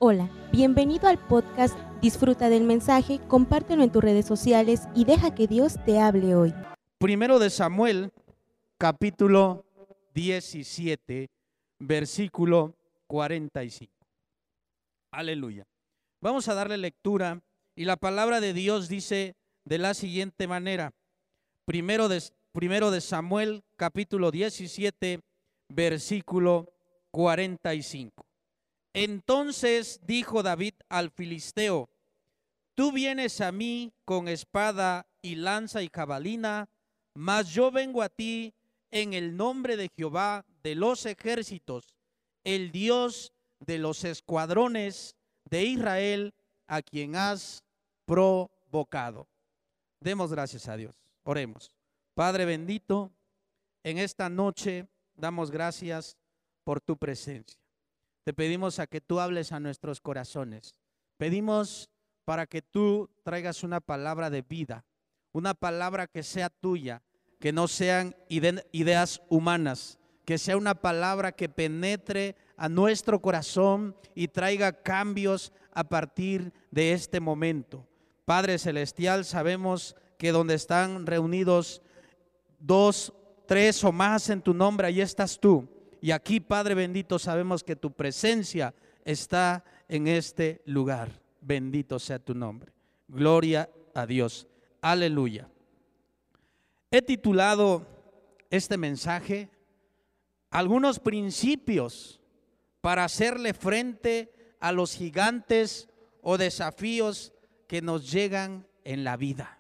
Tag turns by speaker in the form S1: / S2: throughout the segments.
S1: Hola, bienvenido al podcast. Disfruta del mensaje, compártelo en tus redes sociales y deja que Dios te hable hoy.
S2: Primero de Samuel, capítulo 17, versículo 45. Aleluya. Vamos a darle lectura y la palabra de Dios dice de la siguiente manera. Primero de Samuel, capítulo 17, versículo 45. Entonces dijo David al filisteo: tú vienes a mí con espada y lanza y jabalina, mas yo vengo a ti en el nombre de Jehová de los ejércitos, el Dios de los escuadrones de Israel, a quien has provocado. Demos gracias a Dios. Oremos. Padre bendito, en esta noche damos gracias por tu presencia. Te pedimos a que tú hables a nuestros corazones. Pedimos para que tú traigas una palabra de vida, una palabra que sea tuya, que no sean ideas humanas, que sea una palabra que penetre a nuestro corazón y traiga cambios a partir de este momento. Padre Celestial, sabemos que donde están reunidos 2, 3 o más en tu nombre, ahí estás tú. Y aquí, Padre bendito, sabemos que tu presencia está en este lugar. Bendito sea tu nombre. Gloria a Dios. Aleluya. He titulado este mensaje algunos principios para hacerle frente a los gigantes o desafíos que nos llegan en la vida.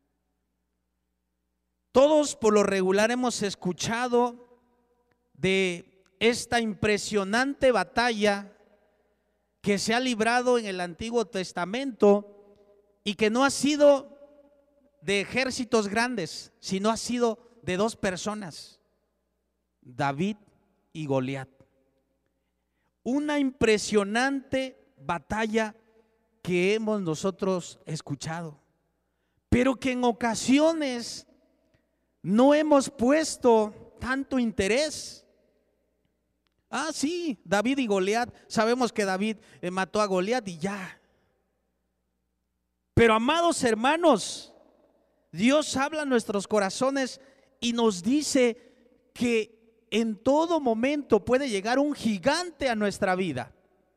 S2: Todos por lo regular hemos escuchado de esta impresionante batalla que se ha librado en el Antiguo Testamento y que no ha sido de ejércitos grandes, sino ha sido de dos personas, David y Goliat. Una impresionante batalla que hemos nosotros escuchado, pero que en ocasiones no hemos puesto tanto interés. Sí, David y Goliat, sabemos que David mató a Goliat y ya. Pero amados hermanos, Dios habla a nuestros corazones y nos dice que en todo momento puede llegar un gigante a nuestra vida.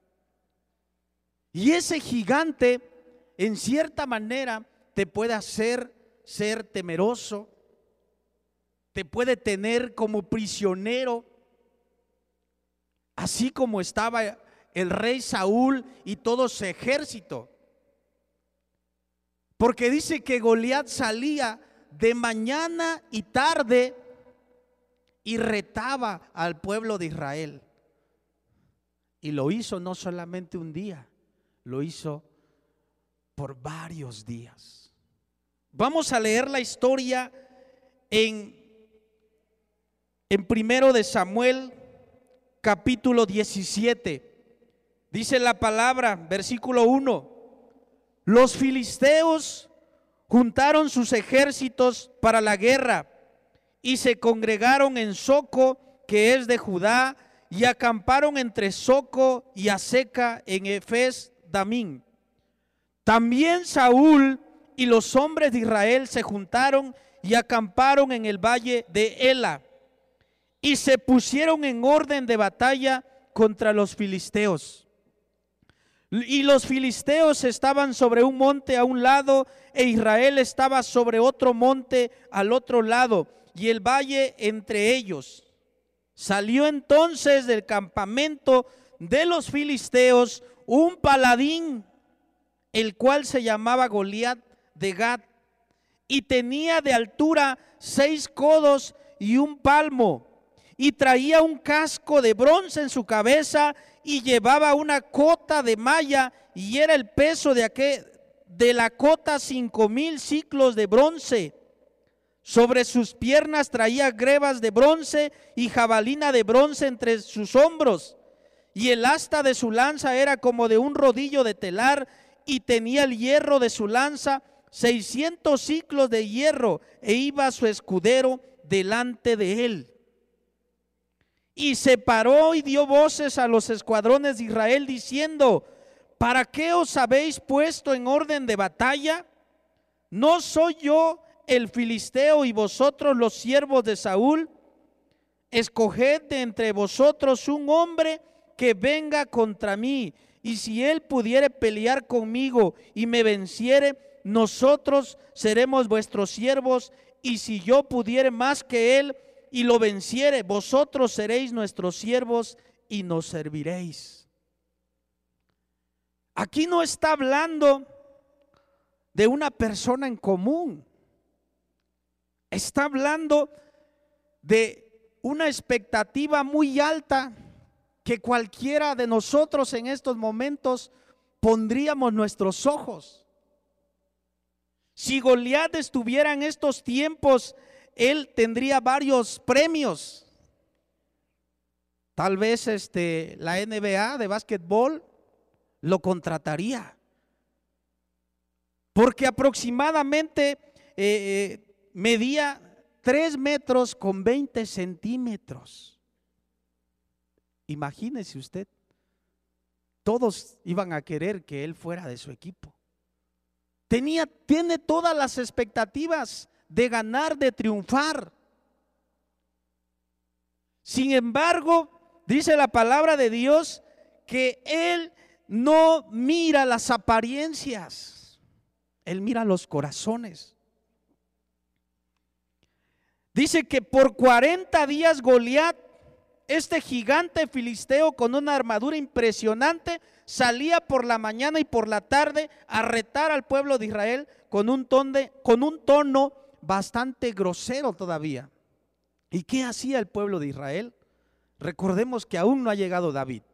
S2: Y ese gigante, en cierta manera, te puede hacer ser temeroso, te puede tener como prisionero, así como estaba el rey Saúl y todo su ejército. Porque dice que Goliat salía de mañana y tarde y retaba al pueblo de Israel. Y lo hizo no solamente un día, lo hizo por varios días. Vamos a leer la historia en primero de Samuel, capítulo 17. Dice la palabra, versículo 1. Los filisteos juntaron sus ejércitos para la guerra y se congregaron en Soco, que es de Judá, y acamparon entre Soco y Aseca en Efes Damín. También Saúl y los hombres de Israel se juntaron y acamparon en el valle de Ela y se pusieron en orden de batalla contra los filisteos. Y los filisteos estaban sobre un monte a un lado e Israel estaba sobre otro monte al otro lado y el valle entre ellos. Salió entonces del campamento de los filisteos un paladín, el cual se llamaba Goliat de Gat, y tenía de altura 6 codos y un palmo, y traía un casco de bronce en su cabeza y llevaba una cota de malla, y era el peso de la cota 5,000 siclos de bronce. Sobre sus piernas traía grebas de bronce y jabalina de bronce entre sus hombros, y el asta de su lanza era como de un rodillo de telar, y tenía el hierro de su lanza 600 siclos de hierro, e iba su escudero delante de él. Y se paró y dio voces a los escuadrones de Israel diciendo: ¿para qué os habéis puesto en orden de batalla? ¿No soy yo el filisteo y vosotros los siervos de Saúl? Escoged de entre vosotros un hombre que venga contra mí, y si él pudiere pelear conmigo y me venciere, nosotros seremos vuestros siervos, y si yo pudiere más que él y lo venciere, vosotros seréis nuestros siervos y nos serviréis. Aquí no está hablando de una persona en común, está hablando de una expectativa muy alta que cualquiera de nosotros en estos momentos pondríamos nuestros ojos. Si Goliat estuviera en estos tiempos, él tendría varios premios. Tal vez la NBA de básquetbol lo contrataría, porque aproximadamente medía 3 metros con 20 centímetros. Imagínese usted, todos iban a querer que él fuera de su equipo. Tiene todas las expectativas de ganar, de triunfar. Sin embargo, dice la palabra de Dios que él no mira las apariencias, él mira los corazones. Dice que por 40 días Goliat, este gigante filisteo con una armadura impresionante, salía por la mañana y por la tarde a retar al pueblo de Israel con un tono bastante grosero todavía. ¿Y qué hacía el pueblo de Israel? Recordemos que aún no ha llegado David.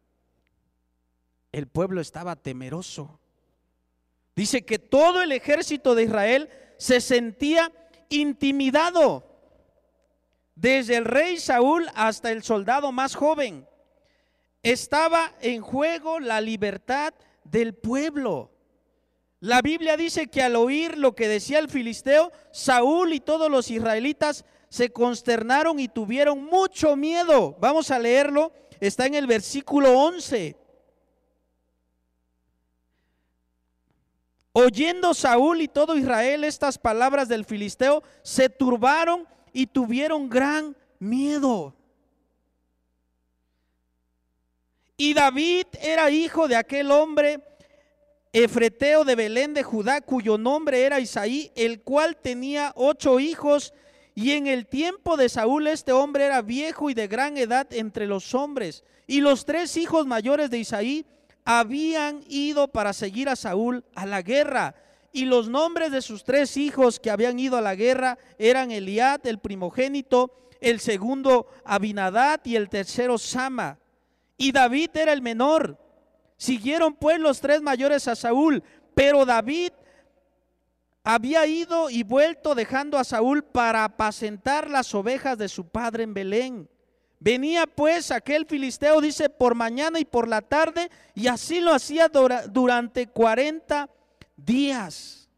S2: El pueblo estaba temeroso. Dice que todo el ejército de Israel se sentía intimidado, desde el rey Saúl hasta el soldado más joven. Estaba en juego la libertad del pueblo. La Biblia dice que al oír lo que decía el filisteo, Saúl y todos los israelitas se consternaron y tuvieron mucho miedo. Vamos a leerlo, está en el versículo 11. Oyendo Saúl y todo Israel estas palabras del filisteo, se turbaron y tuvieron gran miedo. Y David era hijo de aquel hombre efreteo de Belén de Judá, cuyo nombre era Isaí, el cual tenía 8 hijos. Y en el tiempo de Saúl este hombre era viejo y de gran edad entre los hombres. Y los 3 hijos mayores de Isaí habían ido para seguir a Saúl a la guerra. Y los nombres de sus 3 hijos que habían ido a la guerra eran Eliab, el primogénito, el segundo Abinadab y el tercero Sama. Y David era el menor. Siguieron pues los 3 mayores a Saúl, pero David había ido y vuelto dejando a Saúl para apacentar las ovejas de su padre en Belén. Venía pues aquel filisteo, dice, por mañana y por la tarde, y así lo hacía durante 40 días.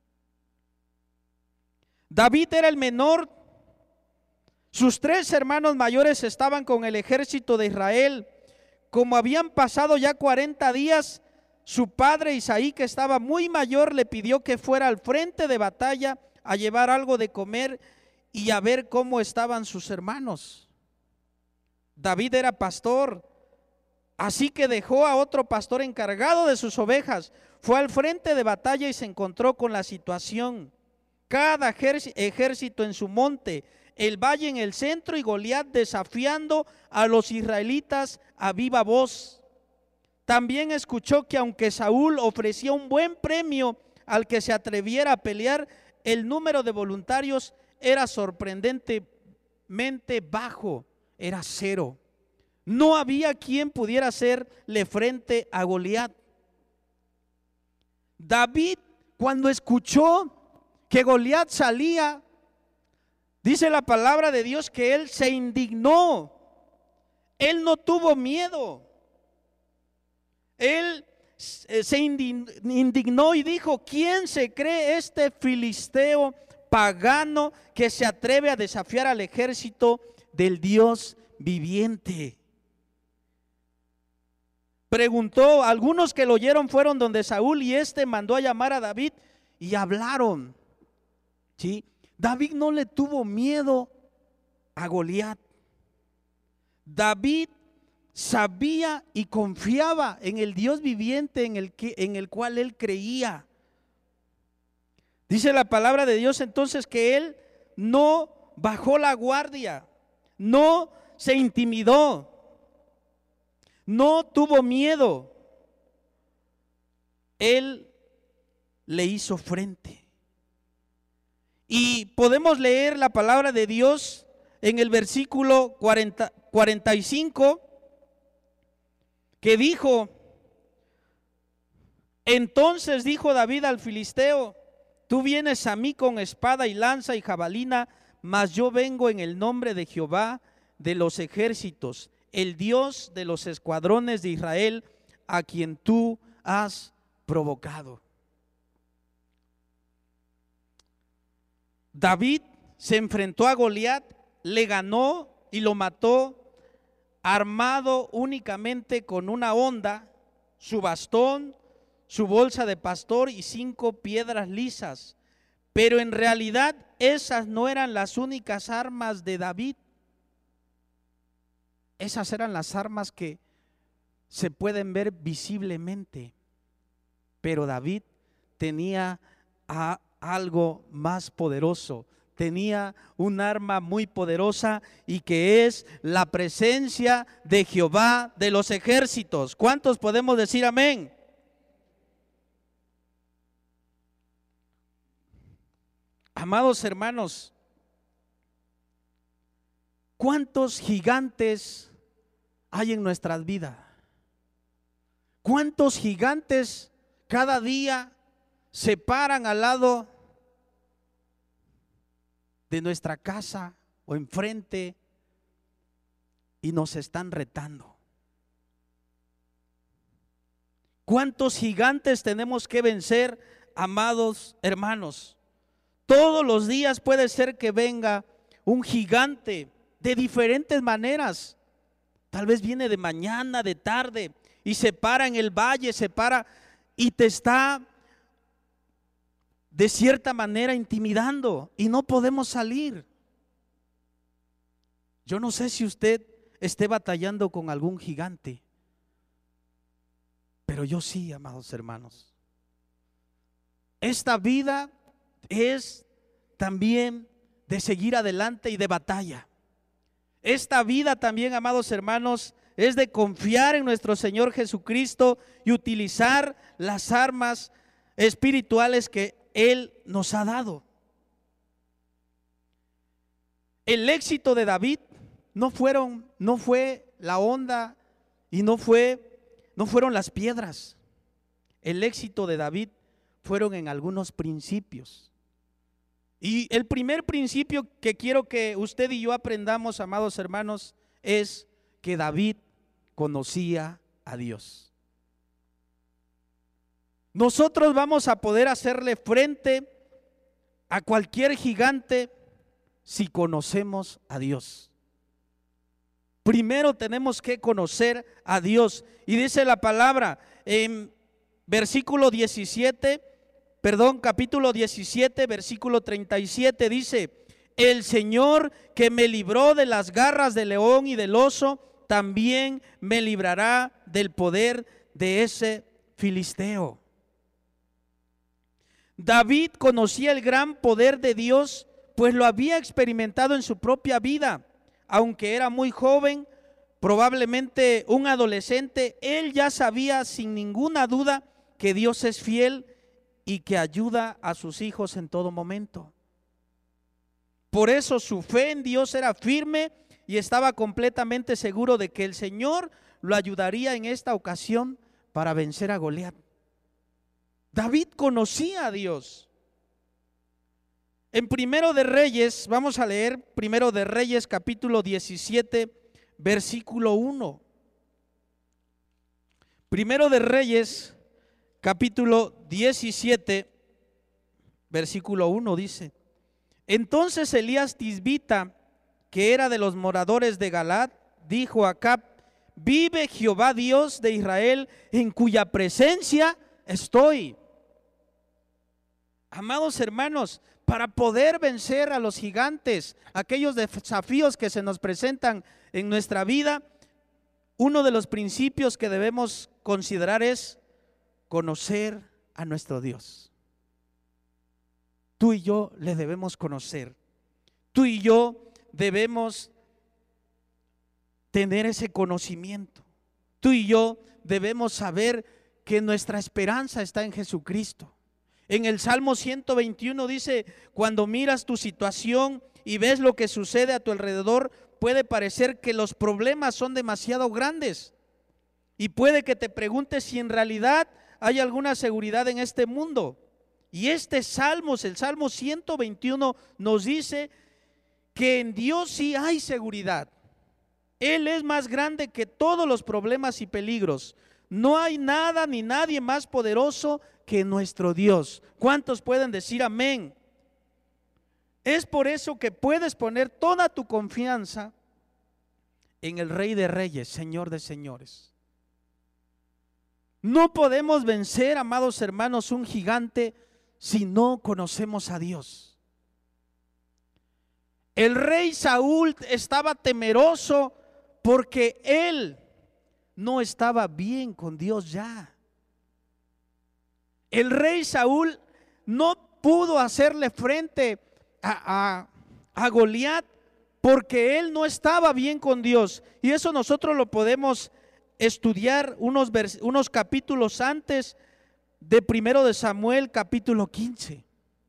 S2: David era el menor. Sus 3 hermanos mayores estaban con el ejército de Israel. Como habían pasado ya 40 días, su padre Isaí, que estaba muy mayor, le pidió que fuera al frente de batalla a llevar algo de comer y a ver cómo estaban sus hermanos. David era pastor, así que dejó a otro pastor encargado de sus ovejas. Fue al frente de batalla y se encontró con la situación. Cada ejército en su monte, el valle en el centro, y Goliat desafiando a los israelitas a viva voz. También escuchó que aunque Saúl ofrecía un buen premio al que se atreviera a pelear, el número de voluntarios era sorprendentemente bajo, era 0. No había quien pudiera hacerle frente a Goliat. David, cuando escuchó que Goliat salía, dice la palabra de Dios que él se indignó. Él no tuvo miedo. Él se indignó y dijo: ¿quién se cree este filisteo pagano que se atreve a desafiar al ejército del Dios viviente? preguntó, algunos que lo oyeron fueron donde Saúl y mandó a llamar a David y hablaron. ¿Sí? David no le tuvo miedo a Goliat. David sabía y confiaba en el Dios viviente en el cual él creía. Dice la palabra de Dios entonces que él no bajó la guardia, no se intimidó, no tuvo miedo. Él le hizo frente. Y podemos leer la palabra de Dios en el versículo 45, que dijo: entonces dijo David al filisteo: tú vienes a mí con espada y lanza y jabalina, mas yo vengo en el nombre de Jehová de los ejércitos, el Dios de los escuadrones de Israel, a quien tú has provocado. David se enfrentó a Goliat, le ganó y lo mató, armado únicamente con una honda, su bastón, su bolsa de pastor y 5 piedras lisas. Pero en realidad esas no eran las únicas armas de David. Esas eran las armas que se pueden ver visiblemente. Pero David tenía algo más poderoso. Tenía un arma muy poderosa, y que es la presencia de Jehová de los ejércitos. ¿Cuántos podemos decir amén? Amados hermanos, ¿cuántos gigantes hay en nuestras vidas? ¿Cuántos gigantes cada día se paran al lado de nuestra casa o enfrente y nos están retando? ¿Cuántos gigantes tenemos que vencer, amados hermanos? Todos los días puede ser que venga un gigante de diferentes maneras. Tal vez viene de mañana, de tarde, y se para en el valle, se para y te está de cierta manera intimidando, y no podemos salir. Yo no sé si usted esté batallando con algún gigante, pero yo sí, amados hermanos. Esta vida es también de seguir adelante y de batalla. Esta vida también, amados hermanos, es de confiar en nuestro Señor Jesucristo y utilizar las armas espirituales que Él nos ha dado. El éxito de David no fue la honda y no fueron las piedras. El éxito de David fueron en algunos principios. Y el primer principio que quiero que usted y yo aprendamos, amados hermanos, es que David conocía a Dios. Nosotros vamos a poder hacerle frente a cualquier gigante si conocemos a Dios. Primero tenemos que conocer a Dios. Y dice la palabra en capítulo 17, versículo 37, dice: el Señor que me libró de las garras del león y del oso, también me librará del poder de ese filisteo. David conocía el gran poder de Dios, pues lo había experimentado en su propia vida. Aunque era muy joven, probablemente un adolescente, él ya sabía sin ninguna duda que Dios es fiel y que ayuda a sus hijos en todo momento. Por eso su fe en Dios era firme y estaba completamente seguro de que el Señor lo ayudaría en esta ocasión para vencer a Goliat. David conocía a Dios. En Primero de Reyes, vamos a leer Primero de Reyes capítulo 17, versículo 1. Primero de Reyes capítulo 17, versículo 1 dice: entonces Elías Tisbita, que era de los moradores de Galaad, dijo a Acab: vive Jehová Dios de Israel, en cuya presencia estoy. Amados hermanos, para poder vencer a los gigantes, aquellos desafíos que se nos presentan en nuestra vida, uno de los principios que debemos considerar es conocer a nuestro Dios. Tú y yo le debemos conocer. Tú y yo debemos tener ese conocimiento. Tú y yo debemos saber que nuestra esperanza está en Jesucristo. En el Salmo 121 dice: cuando miras tu situación y ves lo que sucede a tu alrededor, puede parecer que los problemas son demasiado grandes. Y puede que te preguntes si en realidad hay alguna seguridad en este mundo. Y este Salmo, el Salmo 121, nos dice que en Dios sí hay seguridad. Él es más grande que todos los problemas y peligros. No hay nada ni nadie más poderoso que nuestro Dios. ¿Cuántos pueden decir amén? Es por eso que puedes poner toda tu confianza en el Rey de Reyes, Señor de Señores. No podemos vencer, amados hermanos, un gigante si no conocemos a Dios. El rey Saúl estaba temeroso porque él no estaba bien con Dios ya. El rey Saúl no pudo hacerle frente a Goliat porque él no estaba bien con Dios. Y eso nosotros lo podemos estudiar unos capítulos antes de 1 de Samuel capítulo 15.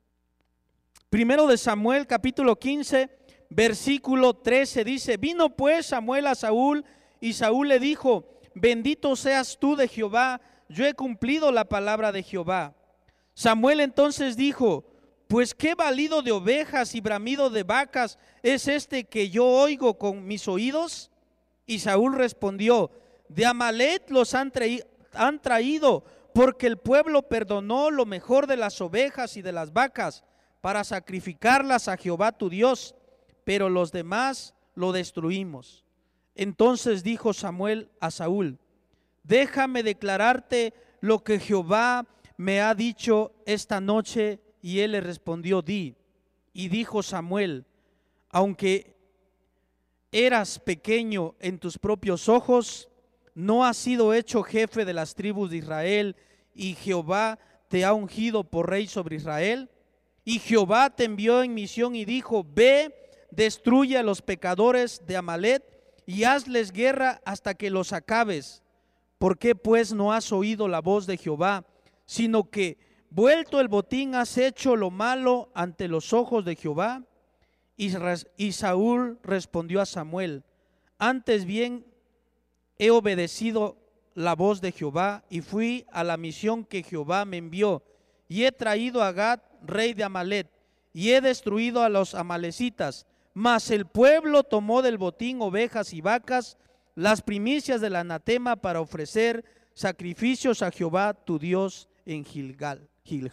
S2: 1 de Samuel capítulo 15 versículo 13 dice: vino pues Samuel a Saúl y Saúl le dijo: bendito seas tú de Jehová, yo he cumplido la palabra de Jehová. Samuel entonces dijo: pues qué balido de ovejas y bramido de vacas es este que yo oigo con mis oídos. Y Saúl respondió: de Amalec los han traído, porque el pueblo perdonó lo mejor de las ovejas y de las vacas para sacrificarlas a Jehová tu Dios, pero los demás lo destruimos. Entonces dijo Samuel a Saúl: déjame declararte lo que Jehová me ha dicho esta noche. Y él le respondió: di. Y dijo Samuel: aunque eras pequeño en tus propios ojos, no has sido hecho jefe de las tribus de Israel, y Jehová te ha ungido por rey sobre Israel. Y Jehová te envió en misión y dijo: ve, destruye a los pecadores de Amalec y hazles guerra hasta que los acabes. ¿Por qué pues no has oído la voz de Jehová, sino que vuelto el botín has hecho lo malo ante los ojos de Jehová? Y Saúl respondió a Samuel: antes bien he obedecido la voz de Jehová y fui a la misión que Jehová me envió, y he traído a Gad, rey de Amalec, y he destruido a los amalecitas. Mas el pueblo tomó del botín ovejas y vacas, las primicias del anatema, para ofrecer sacrificios a Jehová tu Dios en Gilgal.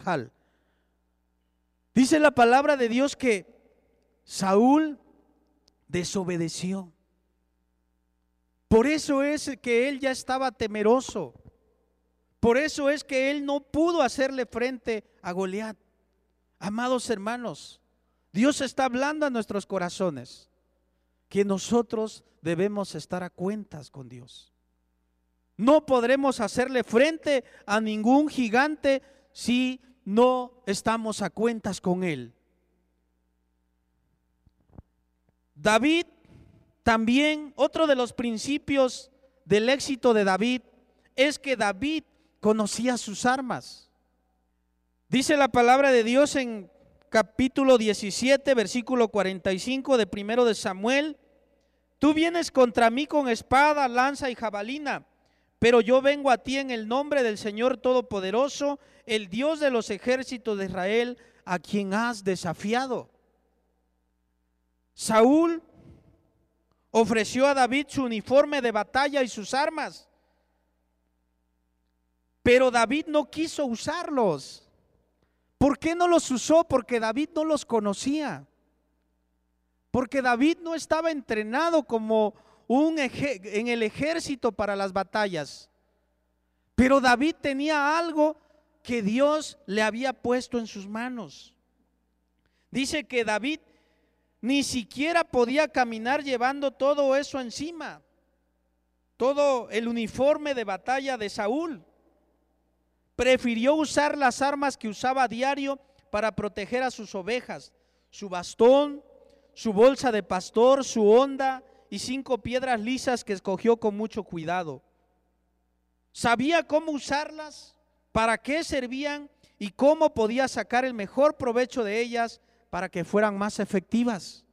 S2: Dice la palabra de Dios que Saúl desobedeció. Por eso es que él ya estaba temeroso. Por eso es que él no pudo hacerle frente a Goliat. Amados hermanos, Dios está hablando a nuestros corazones que nosotros debemos estar a cuentas con Dios. No podremos hacerle frente a ningún gigante si no estamos a cuentas con él. David también, otro de los principios del éxito de David es que David conocía sus armas. Dice la palabra de Dios en capítulo 17, versículo 45 de 1 de Samuel: tú vienes contra mí con espada, lanza y jabalina, pero yo vengo a ti en el nombre del Señor Todopoderoso, el Dios de los ejércitos de Israel, a quien has desafiado. Saúl ofreció a David su uniforme de batalla y sus armas, pero David no quiso usarlos. ¿Por qué no los usó? Porque David no los conocía. Porque David no estaba entrenado como en el ejército para las batallas. Pero David tenía algo que Dios le había puesto en sus manos. Dice que David ni siquiera podía caminar llevando todo eso encima, todo el uniforme de batalla de Saúl. Prefirió usar las armas que usaba a diario para proteger a sus ovejas: su bastón, su bolsa de pastor, su honda y 5 piedras lisas que escogió con mucho cuidado. Sabía cómo usarlas, para qué servían y cómo podía sacar el mejor provecho de ellas para que fueran más efectivas.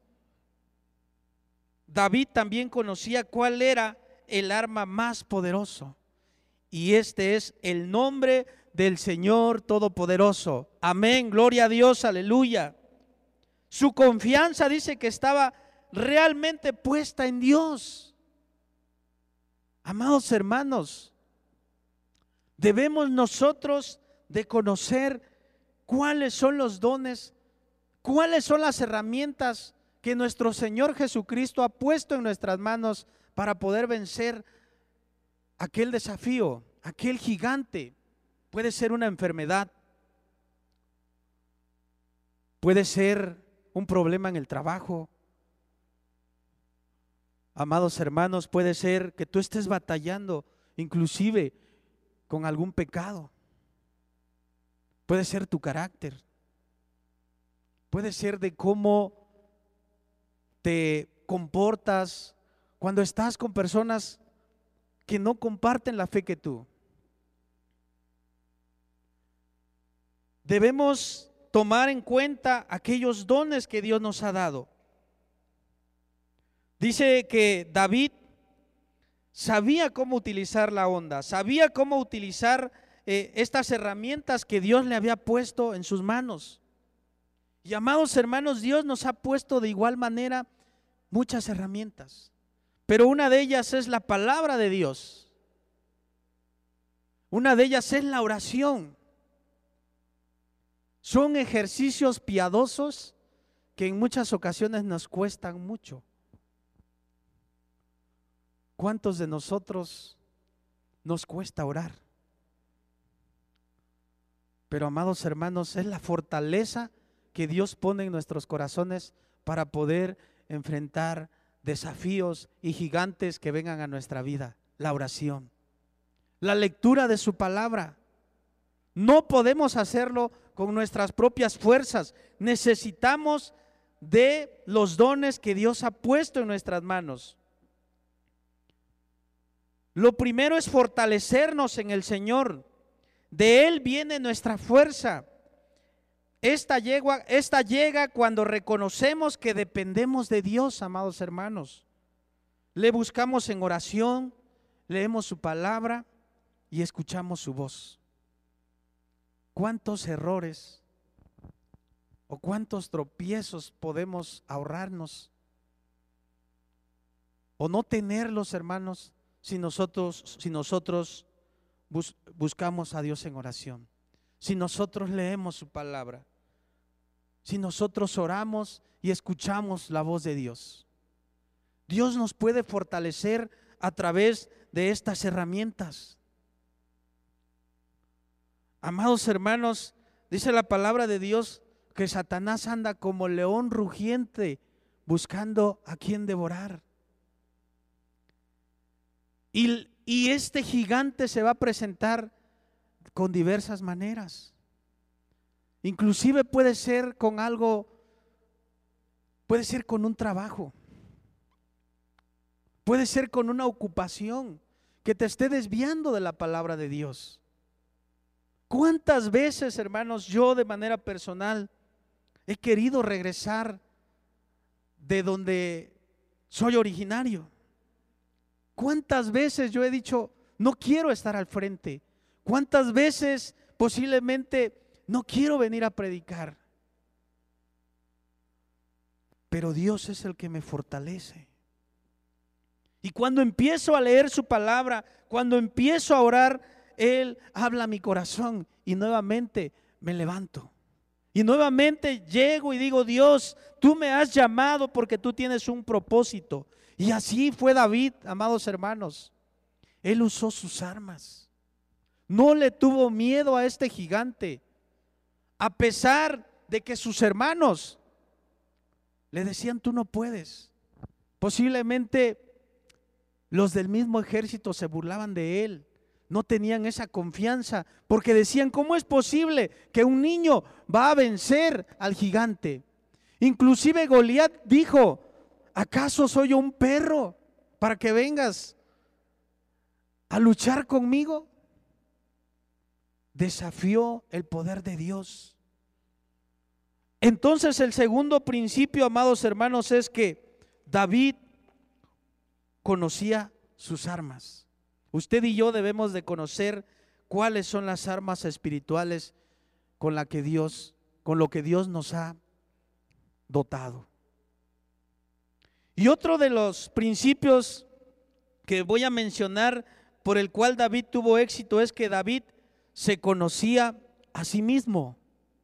S2: David también conocía cuál era el arma más poderoso, y este es el nombre del Señor Todopoderoso. Amén, gloria a Dios, aleluya. Su confianza, dice, que estaba realmente puesta en Dios. Amados hermanos, debemos nosotros de conocer cuáles son los dones, cuáles son las herramientas que nuestro Señor Jesucristo ha puesto en nuestras manos para poder vencer aquel desafío, aquel gigante. Puede ser una enfermedad, puede ser un problema en el trabajo. Amados hermanos, puede ser que tú estés batallando inclusive con algún pecado. Puede ser tu carácter, puede ser de cómo te comportas cuando estás con personas que no comparten la fe que tú. Debemos tomar en cuenta aquellos dones que Dios nos ha dado. Dice que David sabía cómo utilizar la honda, sabía cómo utilizar estas herramientas que Dios le había puesto en sus manos. Y amados hermanos, Dios nos ha puesto de igual manera muchas herramientas, pero una de ellas es la palabra de Dios. Una de ellas es la oración. Son ejercicios piadosos que en muchas ocasiones nos cuestan mucho. ¿Cuántos de nosotros nos cuesta orar? Pero amados hermanos, es la fortaleza que Dios pone en nuestros corazones para poder enfrentar desafíos y gigantes que vengan a nuestra vida. La oración, la lectura de su palabra. No podemos hacerlo con nuestras propias fuerzas. Necesitamos de los dones que Dios ha puesto en nuestras manos. Lo primero es fortalecernos en el Señor. De Él viene nuestra fuerza. Esta llega cuando reconocemos que dependemos de Dios, amados hermanos. Le buscamos en oración, leemos su palabra y escuchamos su voz. ¿Cuántos errores o cuántos tropiezos podemos ahorrarnos o no tenerlos, hermanos, si nosotros buscamos a Dios en oración, si nosotros leemos su palabra, si nosotros oramos y escuchamos la voz de Dios? Dios nos puede fortalecer a través de estas herramientas. Amados hermanos, dice la palabra de Dios que Satanás anda como león rugiente buscando a quien devorar. Y este gigante se va a presentar con diversas maneras. Inclusive puede ser con algo, puede ser con un trabajo, puede ser con una ocupación que te esté desviando de la palabra de Dios. ¿Cuántas veces, hermanos, yo de manera personal he querido regresar de donde soy originario? ¿Cuántas veces yo he dicho, no quiero estar al frente? ¿Cuántas veces posiblemente no quiero venir a predicar? Pero Dios es el que me fortalece. Y cuando empiezo a leer su palabra, cuando empiezo a orar, Él habla a mi corazón y nuevamente me levanto Y nuevamente llego y digo, Dios, tú me has llamado porque tú tienes un propósito. Y así fue David, amados hermanos. Él usó sus armas. No le tuvo miedo a este gigante, a pesar de que sus hermanos le decían, tú no puedes. Posiblemente los del mismo ejército se burlaban de él. No tenían esa confianza porque decían, ¿cómo es posible que un niño va a vencer al gigante? Inclusive Goliat dijo, ¿acaso soy yo un perro para que vengas a luchar conmigo? Desafió el poder de Dios. Entonces el segundo principio, amados hermanos, es que David conocía sus armas. Usted y yo debemos de conocer cuáles son las armas espirituales con lo que Dios nos ha dotado. Y otro de los principios que voy a mencionar por el cual David tuvo éxito es que David se conocía a sí mismo.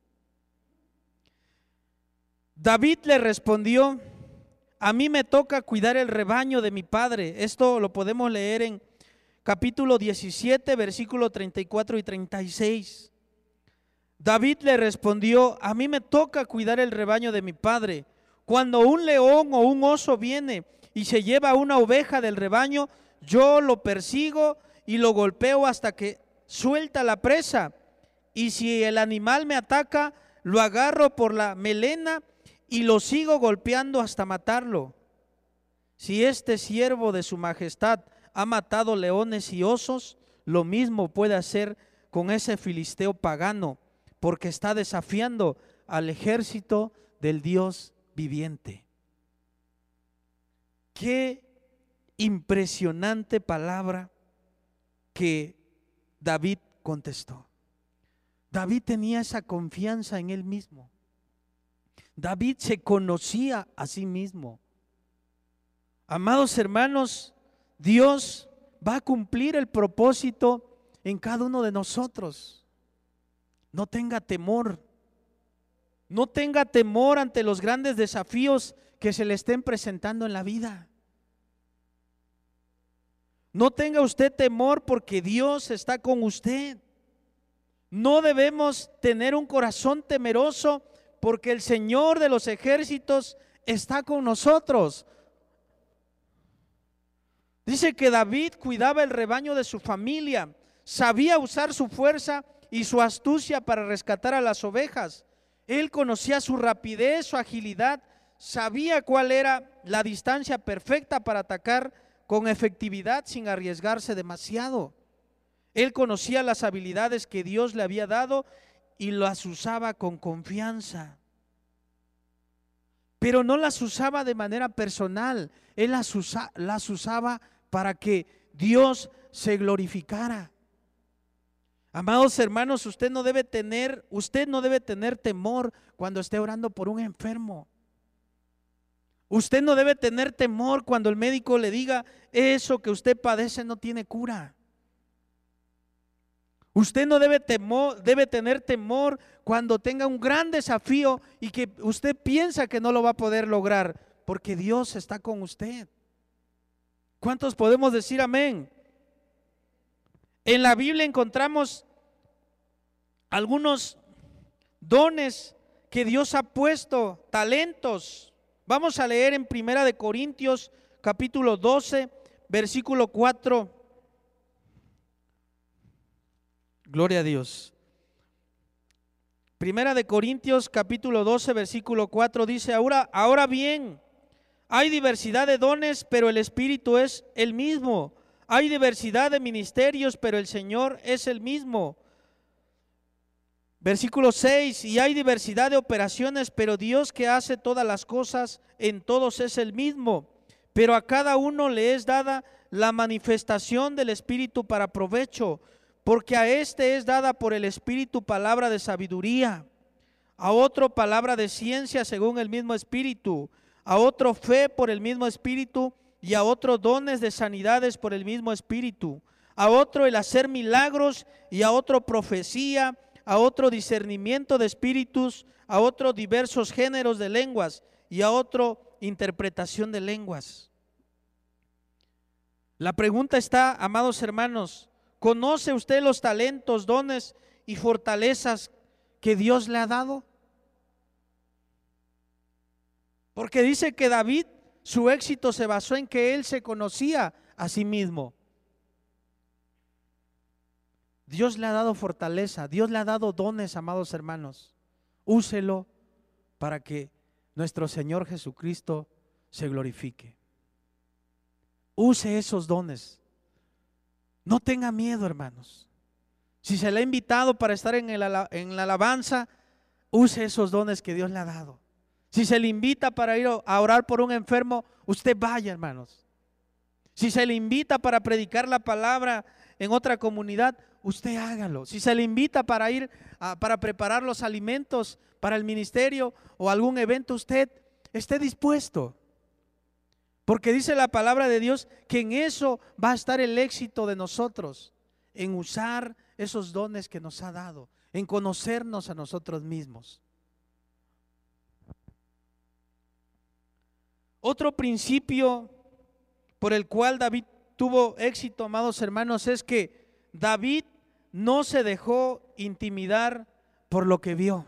S2: David le respondió, a mí me toca cuidar el rebaño de mi padre. Esto lo podemos leer en capítulo 17, versículo 34 y 36. David le respondió, a mí me toca cuidar el rebaño de mi padre. Cuando un león o un oso viene y se lleva una oveja del rebaño, yo lo persigo y lo golpeo hasta que suelta la presa. Y si el animal me ataca, lo agarro por la melena y lo sigo golpeando hasta matarlo. Si este siervo de su majestad ha matado leones y osos, lo mismo puede hacer con ese filisteo pagano, porque está desafiando al ejército del Dios viviente. Qué impresionante palabra que David contestó. David tenía esa confianza en él mismo. David se conocía a sí mismo. Amados hermanos, Dios va a cumplir el propósito en cada uno de nosotros. No tenga temor. No tenga temor ante los grandes desafíos que se le estén presentando en la vida. No tenga usted temor porque Dios está con usted. No debemos tener un corazón temeroso porque el Señor de los ejércitos está con nosotros. Dice que David cuidaba el rebaño de su familia, sabía usar su fuerza y su astucia para rescatar a las ovejas. Él conocía su rapidez, su agilidad, sabía cuál era la distancia perfecta para atacar con efectividad sin arriesgarse demasiado. Él conocía las habilidades que Dios le había dado y las usaba con confianza. Pero no las usaba de manera personal, él las usaba para que Dios se glorificara. Amados hermanos, usted no debe tener temor cuando esté orando por un enfermo. Usted no debe tener temor cuando el médico le diga, eso que usted padece no tiene cura. Usted no debe tener temor cuando tenga un gran desafío y que usted piensa que no lo va a poder lograr, porque Dios está con usted. ¿Cuántos podemos decir amén? En la Biblia encontramos algunos dones que Dios ha puesto, talentos. Vamos a leer en Primera de Corintios capítulo 12, versículo 4. Gloria a Dios. Primera de Corintios capítulo 12, versículo 4 dice, ahora bien, hay diversidad de dones, pero el Espíritu es el mismo. Hay diversidad de ministerios, pero el Señor es el mismo. Versículo 6, y hay diversidad de operaciones, pero Dios que hace todas las cosas en todos es el mismo. Pero a cada uno le es dada la manifestación del Espíritu para provecho, porque a este es dada por el Espíritu palabra de sabiduría, a otro palabra de ciencia según el mismo Espíritu, a otro fe por el mismo Espíritu, y a otro dones de sanidades por el mismo Espíritu, a otro el hacer milagros, y a otro profecía, a otro discernimiento de espíritus, a otro diversos géneros de lenguas y a otro interpretación de lenguas. La pregunta está, amados hermanos, ¿conoce usted los talentos, dones y fortalezas que Dios le ha dado? Porque dice que David, su éxito se basó en que él se conocía a sí mismo. Dios le ha dado fortaleza, Dios le ha dado dones, amados hermanos. Úselo para que nuestro Señor Jesucristo se glorifique. Use esos dones. No tenga miedo, hermanos. Si se le ha invitado para estar en la alabanza, use esos dones que Dios le ha dado. Si se le invita para ir a orar por un enfermo, usted vaya, hermanos. Si se le invita para predicar la palabra en otra comunidad, usted hágalo. Si se le invita para ir para preparar los alimentos para el ministerio o algún evento, usted esté dispuesto. Porque dice la palabra de Dios que en eso va a estar el éxito de nosotros, en usar esos dones que nos ha dado, en conocernos a nosotros mismos. Otro principio por el cual David tuvo éxito, amados hermanos, es que David no se dejó intimidar por lo que vio.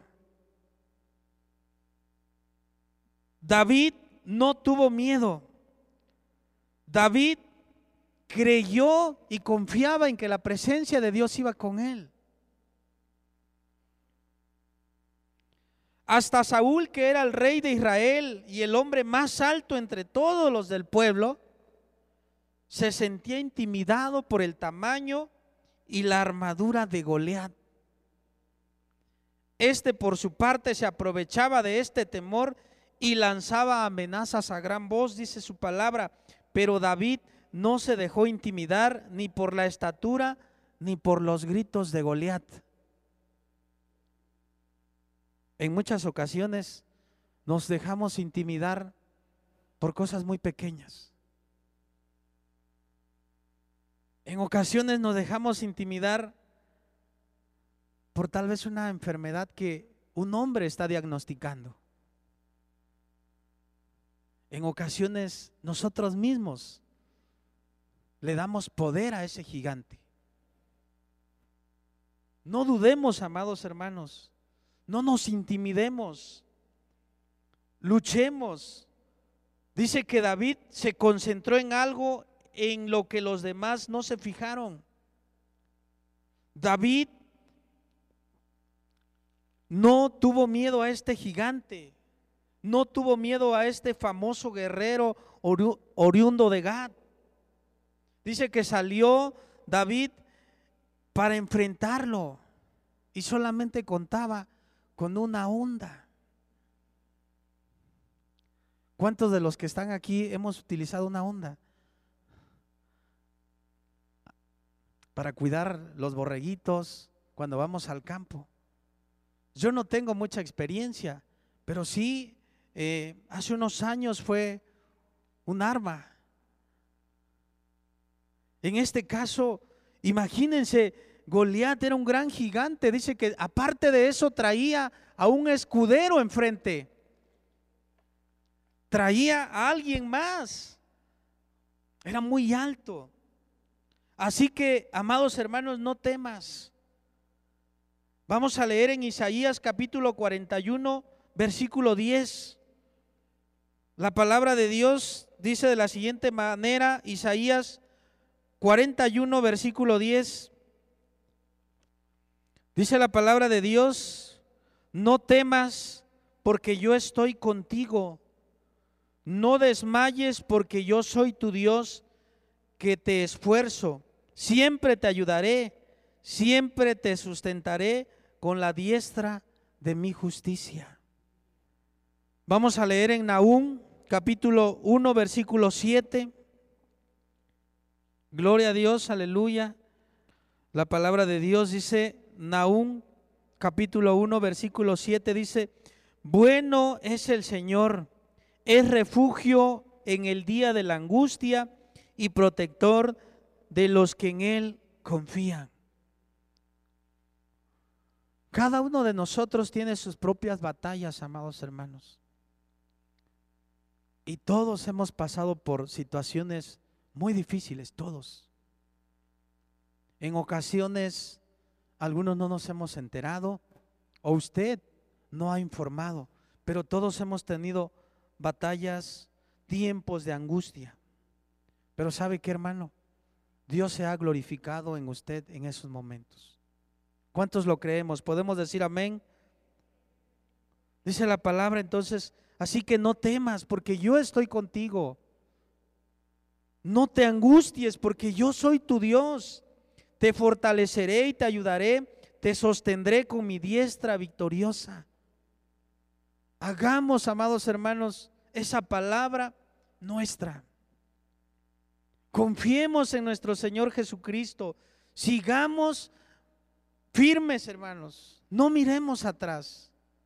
S2: David no tuvo miedo. David creyó y confiaba en que la presencia de Dios iba con él. Hasta Saúl, que era el rey de Israel y el hombre más alto entre todos los del pueblo, se sentía intimidado por el tamaño y la armadura de Goliat. Este, por su parte, se aprovechaba de este temor y lanzaba amenazas a gran voz, dice su palabra. Pero David no se dejó intimidar ni por la estatura ni por los gritos de Goliat. En muchas ocasiones nos dejamos intimidar por cosas muy pequeñas. En ocasiones nos dejamos intimidar por tal vez una enfermedad que un hombre está diagnosticando. En ocasiones nosotros mismos le damos poder a ese gigante. No dudemos, amados hermanos, no nos intimidemos, luchemos. Dice que David se concentró en algo en lo que los demás no se fijaron. David no tuvo miedo a este gigante. No tuvo miedo a este famoso guerrero oriundo de Gat. Dice que salió David para enfrentarlo y solamente contaba con una onda. ¿Cuántos de los que están aquí hemos utilizado una onda para cuidar los borreguitos cuando vamos al campo? Yo no tengo mucha experiencia, pero sí, hace unos años fue un arma. En este caso, imagínense, Goliat era un gran gigante. Dice que aparte de eso traía a un escudero enfrente. Traía a alguien más. Era muy alto. Así que, amados hermanos, no temas. Vamos a leer en Isaías capítulo 41, versículo 10. La palabra de Dios dice de la siguiente manera, Isaías 41, versículo 10. Dice la palabra de Dios: no temas, porque yo estoy contigo. No desmayes, porque yo soy tu Dios, que te esfuerzo. Siempre te ayudaré, siempre te sustentaré con la diestra de mi justicia. Vamos a leer en Nahum capítulo 1, versículo 7. Gloria a Dios, aleluya. La palabra de Dios dice, Nahum capítulo 1, versículo 7, dice: bueno es el Señor, es refugio en el día de la angustia y protector de los que en Él confían. Cada uno de nosotros tiene sus propias batallas, amados hermanos. Y todos hemos pasado por situaciones muy difíciles, todos. En ocasiones, algunos no nos hemos enterado, o usted no ha informado, pero todos hemos tenido batallas, tiempos de angustia. Pero ¿sabe qué, hermano? Dios se ha glorificado en usted en esos momentos. ¿Cuántos lo creemos? ¿Podemos decir amén? Dice la palabra entonces, así que no temas porque yo estoy contigo. No te angusties porque yo soy tu Dios. Te fortaleceré y te ayudaré, te sostendré con mi diestra victoriosa. Hagamos, amados hermanos, esa palabra nuestra. Confiemos en nuestro Señor Jesucristo. Sigamos firmes, hermanos. No miremos atrás.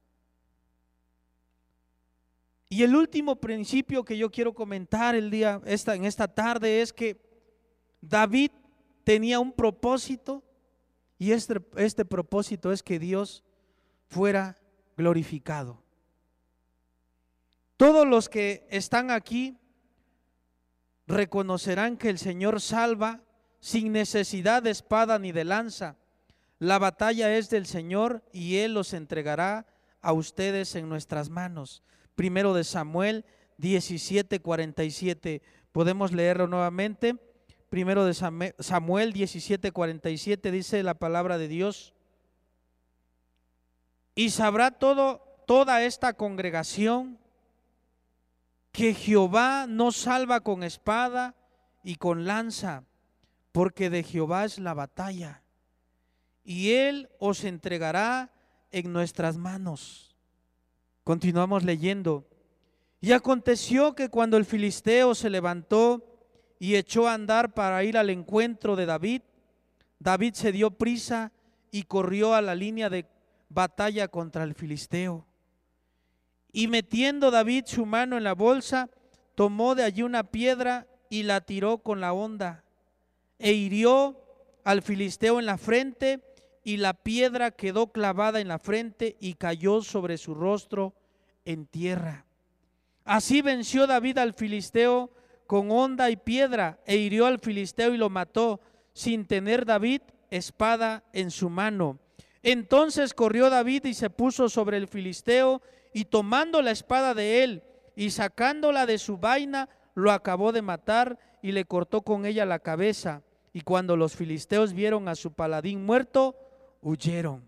S2: Y el último principio que yo quiero comentar en esta tarde es que David tenía un propósito, y este propósito es que Dios fuera glorificado. Todos los que están aquí reconocerán que el Señor salva sin necesidad de espada ni de lanza. La batalla es del Señor y Él los entregará a ustedes en nuestras manos. Primero de Samuel 17:47. Podemos leerlo nuevamente. Primero de Samuel 17:47 dice la palabra de Dios: y sabrá toda esta congregación que Jehová no salva con espada y con lanza, porque de Jehová es la batalla, y Él os entregará en nuestras manos. Continuamos leyendo. Y aconteció que cuando el filisteo se levantó y echó a andar para ir al encuentro de David, David se dio prisa y corrió a la línea de batalla contra el filisteo. Y metiendo David su mano en la bolsa, tomó de allí una piedra y la tiró con la honda, e hirió al filisteo en la frente, y la piedra quedó clavada en la frente y cayó sobre su rostro en tierra. Así venció David al filisteo con honda y piedra, e hirió al filisteo y lo mató, sin tener David espada en su mano. Entonces corrió David y se puso sobre el filisteo, y tomando la espada de él y sacándola de su vaina, lo acabó de matar y le cortó con ella la cabeza. Y cuando los filisteos vieron a su paladín muerto, huyeron.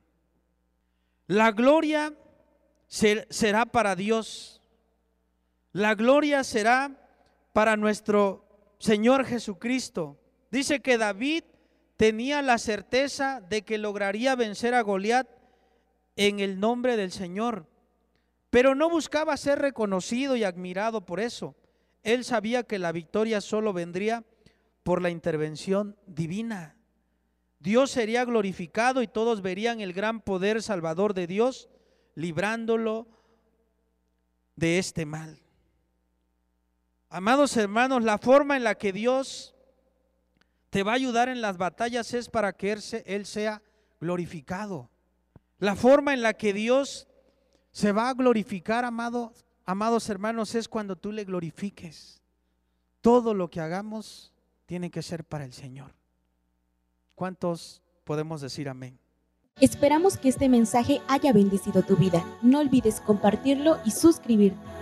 S2: La gloria será para Dios. La gloria será para nuestro Señor Jesucristo. Dice que David tenía la certeza de que lograría vencer a Goliat en el nombre del Señor, pero no buscaba ser reconocido y admirado por eso. Él sabía que la victoria solo vendría por la intervención divina. Dios sería glorificado y todos verían el gran poder salvador de Dios, librándolo de este mal. Amados hermanos, la forma en la que Dios te va a ayudar en las batallas es para que Él sea glorificado. La forma en la que Dios se va a glorificar, amados hermanos, es cuando tú le glorifiques. Todo lo que hagamos tiene que ser para el Señor. ¿Cuántos podemos decir amén?
S1: Esperamos que este mensaje haya bendecido tu vida. No olvides compartirlo y suscribirte.